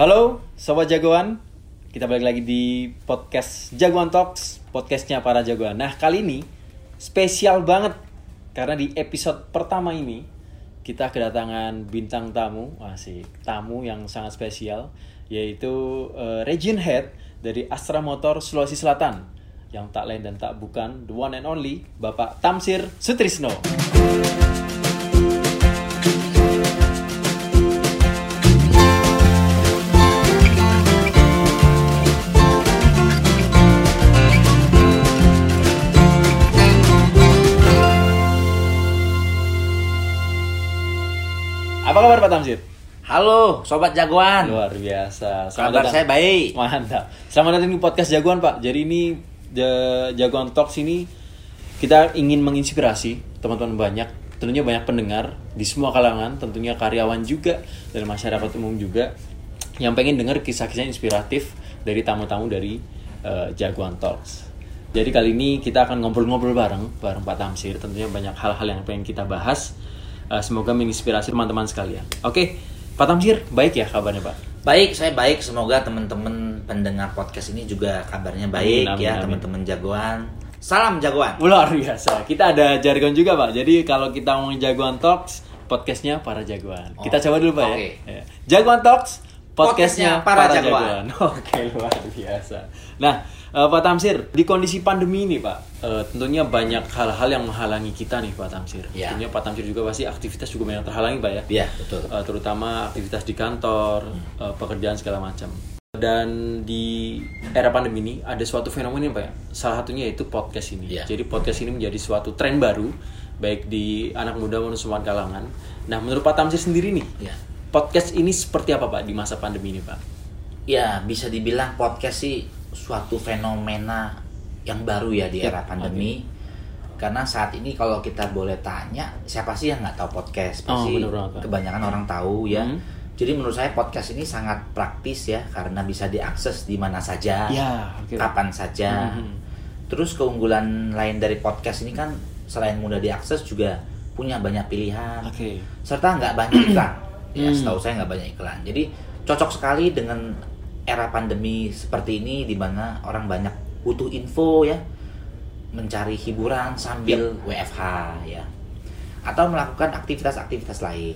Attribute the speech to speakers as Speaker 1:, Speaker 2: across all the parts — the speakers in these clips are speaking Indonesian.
Speaker 1: Halo Sobat Jagoan, kita balik lagi di podcast Jagoan Talks, podcastnya para jagoan. Nah kali ini spesial banget, karena di episode pertama ini kita kedatangan bintang tamu, tamu yang sangat spesial, yaitu Region Head dari Astra Motor Sulawesi Selatan, yang tak lain dan tak bukan the one and only Bapak Tamsir Sutrisno. Apa kabar Pak Tamsir?
Speaker 2: Halo Sobat Jagoan.
Speaker 1: Luar biasa.
Speaker 2: Kabar saya baik.
Speaker 1: Mantap. Selamat datang di podcast Jagoan Pak. Jadi ini Jagoan Talks ini kita ingin menginspirasi teman-teman banyak. Tentunya banyak pendengar di semua kalangan. Tentunya karyawan juga dan masyarakat umum juga yang pengen dengar kisah-kisah inspiratif dari tamu-tamu dari Jagoan Talks. Jadi kali ini kita akan ngobrol-ngobrol bareng Pak Tamsir. Tentunya banyak hal-hal yang pengen kita bahas. Semoga menginspirasi teman-teman sekalian. Oke, Pak Tamsir, baik ya kabarnya Pak?
Speaker 2: Baik, saya baik. Semoga teman-teman pendengar podcast ini juga kabarnya baik. Amin. Teman-teman Jagoan. Salam Jagoan.
Speaker 1: Luar biasa. Kita ada jargon juga Pak. Jadi kalau kita ngomong Jagoan Talks, podcastnya para jagoan. Kita coba dulu Pak ya. Jagoan Talks, podcastnya para jagoan. Oke, luar biasa. Nah, Pak Tamsir, di kondisi pandemi ini Pak, tentunya banyak hal-hal yang menghalangi kita nih Pak Tamsir.
Speaker 2: Ya.
Speaker 1: Tentunya Pak Tamsir juga pasti aktivitas juga banyak terhalangi Pak ya.
Speaker 2: Iya, betul.
Speaker 1: Terutama aktivitas di kantor, pekerjaan segala macam. Dan di era pandemi ini ada suatu fenomena Pak ya. Salah satunya yaitu podcast ini.
Speaker 2: Ya.
Speaker 1: Jadi podcast ini menjadi suatu tren baru baik di anak muda maupun semua kalangan. Nah, menurut Pak Tamsir sendiri nih, podcast ini seperti apa Pak di masa pandemi ini Pak?
Speaker 2: Ya, bisa dibilang podcast sih suatu fenomena yang baru ya di era pandemi. Karena saat ini kalau kita boleh tanya, siapa sih yang nggak tahu podcast? Pasti kebanyakan orang tahu ya. Jadi menurut saya podcast ini sangat praktis ya, karena bisa diakses di mana saja, kapan saja. Terus keunggulan lain dari podcast ini kan selain mudah diakses juga punya banyak pilihan, serta nggak banyak iklan. Ya, setahu saya nggak banyak iklan. Jadi cocok sekali dengan era pandemi seperti ini, di mana orang banyak butuh info ya, mencari hiburan sambil WFH ya, atau melakukan aktivitas-aktivitas lain.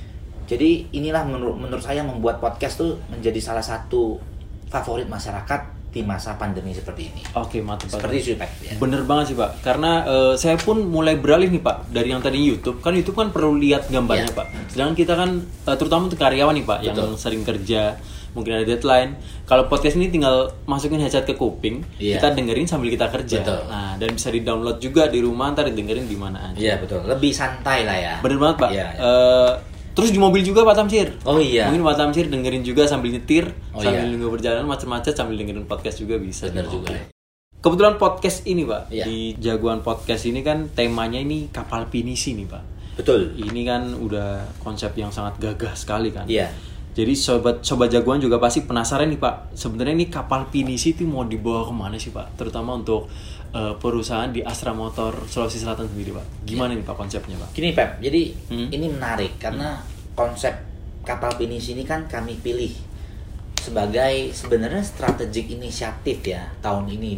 Speaker 2: Jadi inilah menurut saya membuat podcast tuh menjadi salah satu favorit masyarakat di masa pandemi seperti ini.
Speaker 1: Oke, mantap.
Speaker 2: Seperti itu Pak. Ya.
Speaker 1: Bener banget sih Pak. Karena saya pun mulai beralih nih Pak dari yang tadi YouTube. Kan YouTube kan perlu lihat gambarnya Pak. Sedangkan kita kan terutama untuk karyawan nih Pak, yang sering kerja, mungkin ada deadline. Kalau podcast ini tinggal masukin headset ke kuping, kita dengerin sambil kita kerja. Nah, dan bisa di-download juga di rumah, ntar dengerin di mana aja.
Speaker 2: Iya, betul. Lebih santai lah ya.
Speaker 1: Bener banget Pak. Terus di mobil juga Pak Tamsir.
Speaker 2: Oh iya.
Speaker 1: Mungkin Pak Tamsir dengerin juga sambil nyetir, sambil nunggu perjalanan macet-macet, sambil dengerin podcast juga bisa.
Speaker 2: Bener juga.
Speaker 1: Kebetulan podcast ini Pak, di Jagoan Podcast ini kan temanya ini kapal pinisi nih Pak.
Speaker 2: Betul.
Speaker 1: Ini kan udah konsep yang sangat gagah sekali kan.
Speaker 2: Iya.
Speaker 1: Jadi sobat jagoan juga pasti penasaran nih Pak. Sebenarnya ini kapal pinisi itu mau dibawa kemana sih Pak? Terutama untuk perusahaan di Astra Motor Sulawesi Selatan sendiri Pak. Gimana nih Pak konsepnya Pak?
Speaker 2: Gini Pep, jadi ini menarik karena konsep kapal pinisi ini kan kami pilih sebagai sebenarnya strategic inisiatif ya tahun ini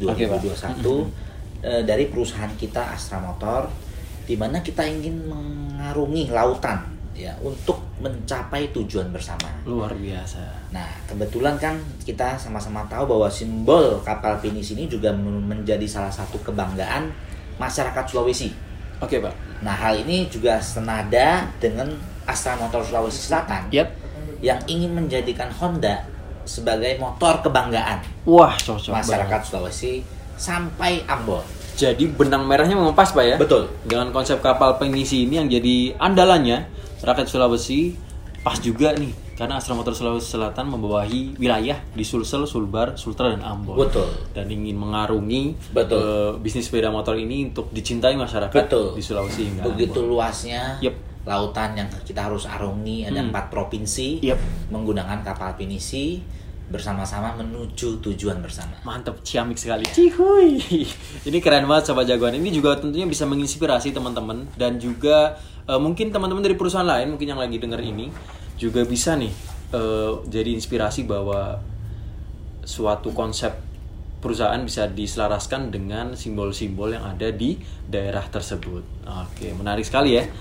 Speaker 2: 2021 dari perusahaan kita Astra Motor, di mana kita ingin mengarungi lautan ya untuk mencapai tujuan bersama. Luar biasa. Nah, kebetulan kan kita sama-sama tahu bahwa simbol kapal pinisi ini juga menjadi salah satu kebanggaan masyarakat Sulawesi.
Speaker 1: Oke, Pak.
Speaker 2: Nah, hal ini juga senada dengan Astra Motor Sulawesi Selatan yang ingin menjadikan Honda sebagai motor kebanggaan.
Speaker 1: Wah, cocok
Speaker 2: masyarakat Sulawesi sampai Ambon.
Speaker 1: Jadi benang merahnya memang pas Pak ya?
Speaker 2: Betul.
Speaker 1: Dengan konsep kapal pinisi ini yang jadi andalannya rakyat Sulawesi, pas juga nih karena Astra Motor Sulawesi Selatan membawahi wilayah di Sulsel, Sulbar, Sultra dan Ambon.
Speaker 2: Betul.
Speaker 1: Dan ingin mengarungi bisnis sepeda motor ini untuk dicintai masyarakat di Sulawesi hingga
Speaker 2: begitu Ambon. Luasnya
Speaker 1: lautan
Speaker 2: yang kita harus arungi, ada 4 provinsi menggunakan kapal pinisi bersama-sama menuju tujuan bersama.
Speaker 1: Mantap, ciamik sekali. Cihuy. Ini keren banget Sobat Jagoan. Ini juga tentunya bisa menginspirasi teman-teman dan juga mungkin teman-teman dari perusahaan lain mungkin yang lagi denger ini juga bisa nih jadi inspirasi bahwa suatu konsep perusahaan bisa diselaraskan dengan simbol-simbol yang ada di daerah tersebut. Oke, menarik sekali ya.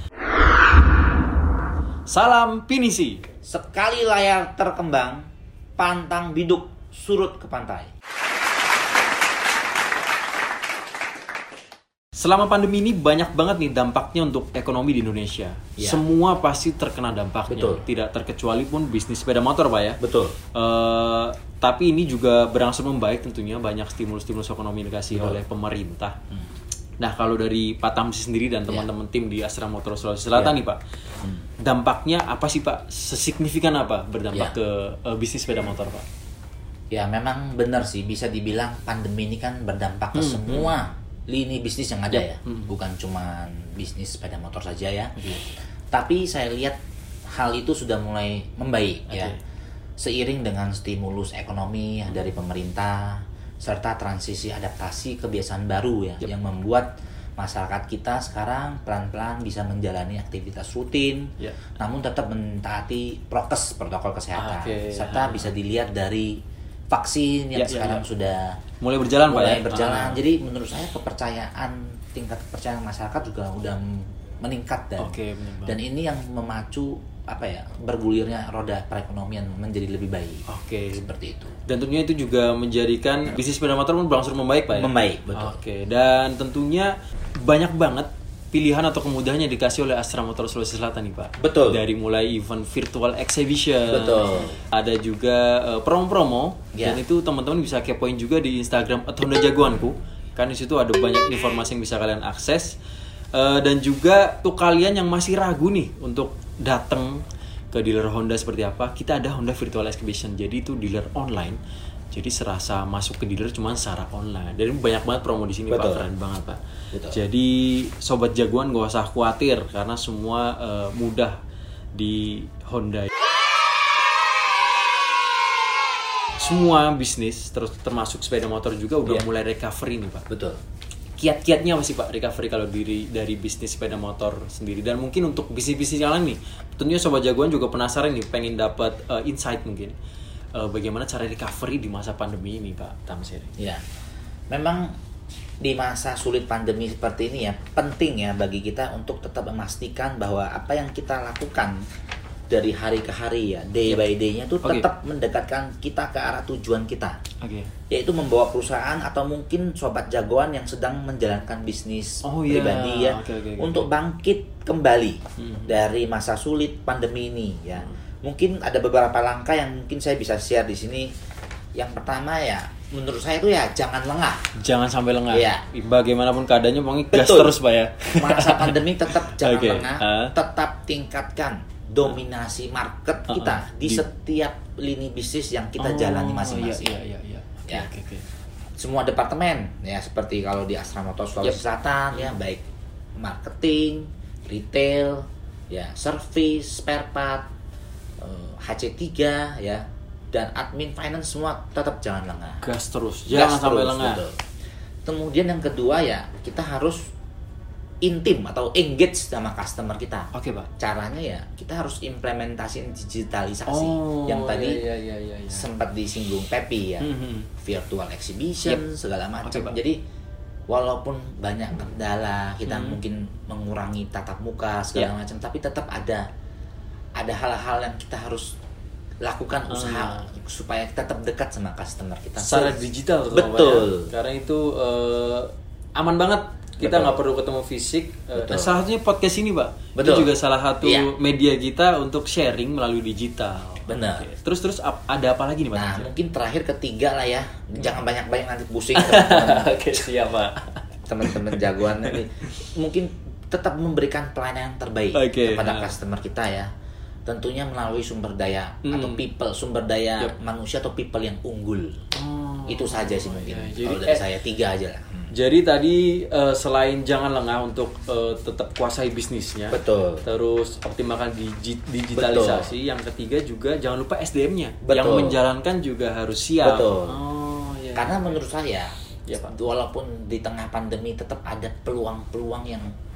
Speaker 1: Salam pinisi.
Speaker 2: Sekali layar terkembang, pantang biduk surut ke pantai.
Speaker 1: Selama pandemi ini banyak banget nih dampaknya untuk ekonomi di Indonesia.
Speaker 2: Ya.
Speaker 1: Semua pasti terkena dampaknya.
Speaker 2: Betul.
Speaker 1: Tidak terkecuali pun bisnis sepeda motor, Pak ya.
Speaker 2: Betul.
Speaker 1: Tapi ini juga berangsur membaik tentunya, banyak stimulus-stimulus ekonomi yang dikasih oleh pemerintah. Nah, kalau dari Pak Tamsi sendiri dan teman-teman tim di Astra Motor Sulawesi Selatan nih Pak, dampaknya apa sih Pak? Sesignifikan apa berdampak ke bisnis sepeda motor Pak?
Speaker 2: Ya memang benar sih, bisa dibilang pandemi ini kan berdampak ke semua lini bisnis yang ada ya, bukan cuma bisnis sepeda motor saja ya. Tapi saya lihat hal itu sudah mulai membaik ya, seiring dengan stimulus ekonomi dari pemerintah serta transisi adaptasi kebiasaan baru ya, yang membuat masyarakat kita sekarang pelan-pelan bisa menjalani aktivitas rutin, namun tetap mentaati prokes protokol kesehatan, serta bisa dilihat dari vaksin yang sekarang sudah
Speaker 1: mulai berjalan Pak ya?
Speaker 2: Mulai berjalan. Jadi menurut saya tingkat kepercayaan masyarakat juga udah meningkat dan ini yang memacu bergulirnya roda perekonomian menjadi lebih baik. Seperti itu. Dan
Speaker 1: tentunya itu juga menjadikan bisnis sepeda motor pun berangsur membaik Pak ya?
Speaker 2: Membaik, betul.
Speaker 1: Dan tentunya banyak banget pilihan atau kemudahan yang dikasih oleh Astra Motor Sulawesi Selatan nih Pak.
Speaker 2: Betul.
Speaker 1: Dari mulai event virtual exhibition.
Speaker 2: Betul.
Speaker 1: Ada juga promo-promo dan itu teman-teman bisa kepoin juga di Instagram @Honda Jagoanku. Kan di situ ada banyak informasi yang bisa kalian akses. Dan juga untuk kalian yang masih ragu nih untuk datang ke dealer Honda seperti apa, kita ada Honda Virtual Exhibition. Jadi itu dealer online. Jadi serasa masuk ke dealer cuma secara online. Dan banyak banget promo di sini Pak, keren banget Pak. Jadi sobat jagoan gak usah khawatir karena semua mudah di Honda. Semua bisnis termasuk sepeda motor juga udah mulai recovery nih Pak.
Speaker 2: Betul.
Speaker 1: Kiat-kiatnya apa sih Pak recovery kalau dari bisnis sepeda motor sendiri, dan mungkin untuk bisnis-bisnis yang lain nih, tentunya sobat jagoan juga penasaran nih, pengen dapat insight mungkin bagaimana cara recovery di masa pandemi ini Pak Tamsir.
Speaker 2: Ya, memang di masa sulit pandemi seperti ini ya, penting ya bagi kita untuk tetap memastikan bahwa apa yang kita lakukan dari hari ke hari ya, day by day-nya itu tetap mendekatkan kita ke arah tujuan kita. Yaitu membawa perusahaan atau mungkin sobat jagoan yang sedang menjalankan bisnis pribadi ya, untuk bangkit kembali dari masa sulit pandemi ini ya. Mungkin ada beberapa langkah yang mungkin saya bisa share di sini. Yang pertama ya, menurut saya itu ya jangan lengah.
Speaker 1: Jangan sampai lengah.
Speaker 2: Ya.
Speaker 1: Bagaimanapun keadaannya pokoknya gas terus Pak ya.
Speaker 2: Masa pandemi tetap jangan lengah, tetap tingkatkan dominasi market kita di setiap lini bisnis yang kita jalani masing-masing. Semua departemen ya, seperti kalau di Astra Motor Sulawesi Selatan ya, baik marketing, retail, ya, service, spare part, HC3 ya, dan admin finance, semua tetap jangan lengah.
Speaker 1: Gas terus, jangan sampai lengah.
Speaker 2: Betul. Kemudian yang kedua ya, kita harus intim atau engage sama customer kita.
Speaker 1: Pak.
Speaker 2: Caranya ya, kita harus implementasi digitalisasi yang tadi sempat disinggung Pepi ya, virtual exhibition segala macam. Jadi walaupun banyak kendala, kita mungkin mengurangi tatap muka segala macam, tapi tetap ada hal-hal yang kita harus lakukan usaha supaya kita tetap dekat sama customer kita
Speaker 1: secara digital.
Speaker 2: Betul.
Speaker 1: Karena itu aman banget. Kita nggak perlu ketemu fisik. Salah satunya podcast ini Pak. Itu juga salah satu media kita untuk sharing melalui digital.
Speaker 2: Benar.
Speaker 1: Terus ada apa lagi nih Pak?
Speaker 2: Nah, mungkin terakhir ketiga lah ya. Jangan banyak-banyak nanti pusing.
Speaker 1: Siap Pak.
Speaker 2: Teman-teman jagoan ini mungkin tetap memberikan pelayanan yang terbaik kepada customer kita ya. Tentunya melalui sumber daya atau sumber daya manusia atau people yang unggul. Itu saja sih mungkin. Kalau dari saya 3 aja lah.
Speaker 1: Jadi tadi selain jangan lengah untuk tetap kuasai bisnisnya, terus optimalkan digitalisasi. Betul. Yang ketiga juga jangan lupa SDM-nya, yang menjalankan juga harus siap.
Speaker 2: Karena menurut saya, walaupun di tengah pandemi tetap ada peluang-peluang yang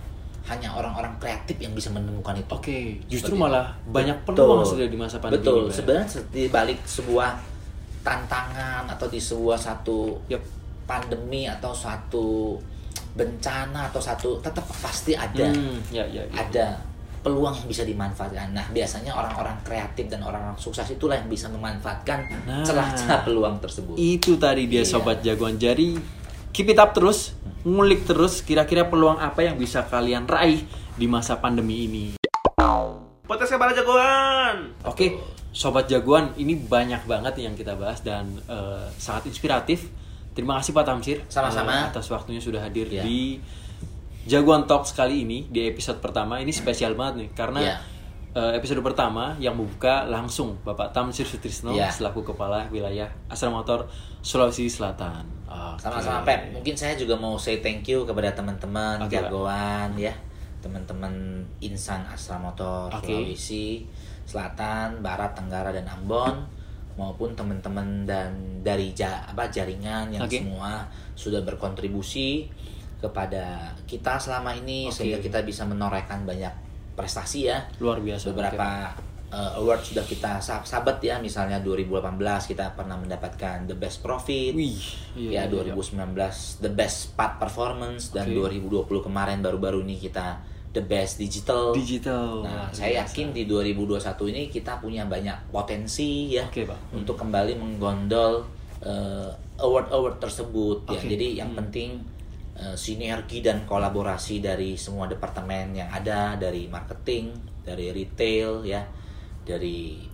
Speaker 2: hanya orang-orang kreatif yang bisa menemukan itu.
Speaker 1: Oke, justru
Speaker 2: Seperti
Speaker 1: malah
Speaker 2: itu.
Speaker 1: banyak
Speaker 2: Betul.
Speaker 1: peluang sudah di masa pandemi.
Speaker 2: Betul,
Speaker 1: ini, Pak.
Speaker 2: sebenarnya di balik sebuah tantangan atau di sebuah satu
Speaker 1: Yap.
Speaker 2: pandemi atau satu bencana atau satu tetap pasti ada
Speaker 1: Ya.
Speaker 2: ada peluang yang bisa dimanfaatkan. Nah, biasanya orang-orang kreatif dan orang-orang sukses itulah yang bisa memanfaatkan
Speaker 1: Nah.
Speaker 2: celah-celah peluang tersebut.
Speaker 1: Itu tadi dia
Speaker 2: Iya.
Speaker 1: sobat jagoan. Jadi keep it up terus, ngulik terus kira-kira peluang apa yang bisa kalian raih di masa pandemi ini.
Speaker 3: Podcast Para Jagoan.
Speaker 1: Oke, sobat jagoan, ini banyak banget yang kita bahas dan sangat inspiratif. Terima kasih Pak Tamsir
Speaker 2: Sama-sama.
Speaker 1: atas waktunya sudah hadir
Speaker 2: Iya.
Speaker 1: di Jagoan Talks kali ini di episode pertama. Ini spesial banget nih karena
Speaker 2: Iya.
Speaker 1: episode pertama yang membuka langsung Bapak Tamsir Sutrisno
Speaker 2: Iya.
Speaker 1: selaku Kepala Wilayah Astra Motor Sulawesi Selatan. Oke.
Speaker 2: Sama-sama Pep. Mungkin saya juga mau say thank you kepada teman-teman
Speaker 1: Oke,
Speaker 2: jagoan ya. Teman-teman insan Astra Motor
Speaker 1: Oke.
Speaker 2: Sulawesi Selatan, Barat, Tenggara dan Ambon maupun teman-teman dan dari jaringan yang
Speaker 1: Oke.
Speaker 2: semua sudah berkontribusi kepada kita selama ini
Speaker 1: Oke.
Speaker 2: sehingga kita bisa menorehkan banyak prestasi ya.
Speaker 1: Luar biasa.
Speaker 2: Beberapa award sudah kita sabat ya, misalnya 2018 kita pernah mendapatkan the best profit.
Speaker 1: Wih,
Speaker 2: Ya 2019 the best part performance dan
Speaker 1: Oke.
Speaker 2: 2020 kemarin baru-baru ini kita the best digital.
Speaker 1: digital.
Speaker 2: Nah,
Speaker 1: Luar
Speaker 2: saya
Speaker 1: biasa.
Speaker 2: yakin di 2021 ini kita punya banyak potensi ya
Speaker 1: Oke, Pak.
Speaker 2: untuk kembali menggondol award-award tersebut ya.
Speaker 1: Oke.
Speaker 2: Jadi yang penting sinergi dan kolaborasi dari semua departemen yang ada, dari marketing, dari retail ya, dari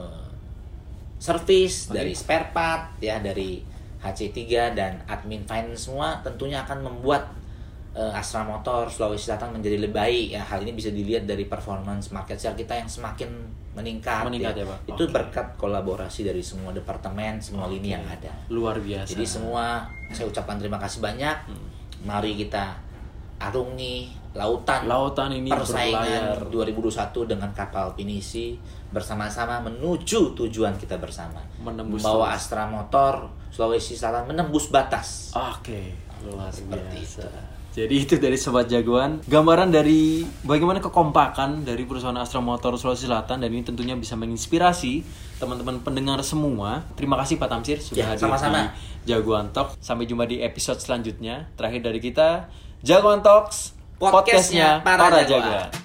Speaker 2: service,
Speaker 1: Oke.
Speaker 2: dari spare part ya, dari HC3 dan admin finance semua tentunya akan membuat Astra Motor Sulawesi Selatan menjadi lebih baik ya. Hal ini bisa dilihat dari performance market share kita yang semakin meningkat
Speaker 1: Ya, Pak.
Speaker 2: Itu
Speaker 1: Oke.
Speaker 2: berkat kolaborasi dari semua departemen, semua lini yang ada.
Speaker 1: Luar biasa.
Speaker 2: Jadi semua saya ucapkan terima kasih banyak. Mari kita arungi lautan
Speaker 1: ini
Speaker 2: persaingan
Speaker 1: berlayar.
Speaker 2: 2021 dengan kapal pinisi bersama-sama menuju tujuan kita bersama.
Speaker 1: Menembus
Speaker 2: Membawa
Speaker 1: terus.
Speaker 2: Astra Motor Sulawesi Selatan menembus batas.
Speaker 1: Oke, luar
Speaker 2: Seperti
Speaker 1: biasa.
Speaker 2: itu.
Speaker 1: Jadi itu dari sobat jagoan, gambaran dari bagaimana kekompakan dari perusahaan Astra Motor Sulawesi Selatan, dan ini tentunya bisa menginspirasi teman-teman pendengar semua. Terima kasih Pak Tamsir sudah
Speaker 2: Ya,
Speaker 1: hadir
Speaker 2: sama-sama.
Speaker 1: di Jagoan Talk. Sampai jumpa di episode selanjutnya. Terakhir dari kita, Jagoan Talks, podcastnya para jagoan.